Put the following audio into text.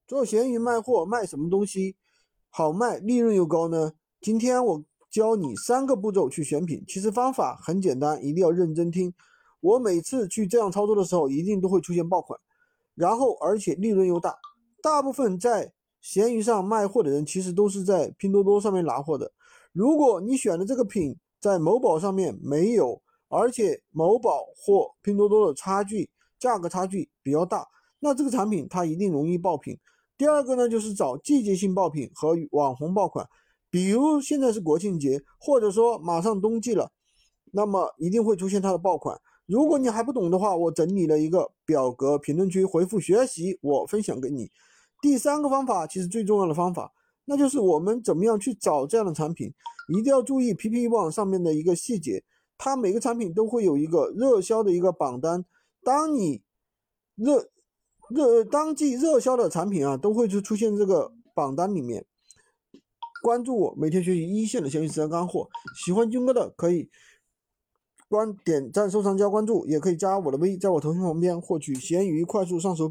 做闲鱼卖货卖什么东西好卖，利润又高呢？今天我教你3个步骤去选品，其实方法很简单，一定要认真听。我每次去这样操作的时候，一定都会出现爆款，然后而且利润又大。大部分在闲鱼上卖货的人，其实都是在拼多多上面拿货的。如果你选的这个品在某宝上面没有，而且某宝或拼多多的价格差距比较大，那这个产品它一定容易爆品。第二个呢，就是找季节性爆品和网红爆款，比如现在是国庆节，或者说马上冬季了，那么一定会出现它的爆款。如果你还不懂的话，我整理了一个表格，评论区回复学习，我分享给你。第3个方法，其实最重要的方法，那就是我们怎么样去找这样的产品，一定要注意 PP 网上面的一个细节，它每个产品都会有一个热销的一个榜单，当你当季热销的产品啊，都会出现这个榜单里面。关注我，每天学习一线的闲鱼实战干货。喜欢军哥的可以点赞、收藏、加关注，也可以加我的微，在我头像旁边获取闲鱼快速上手。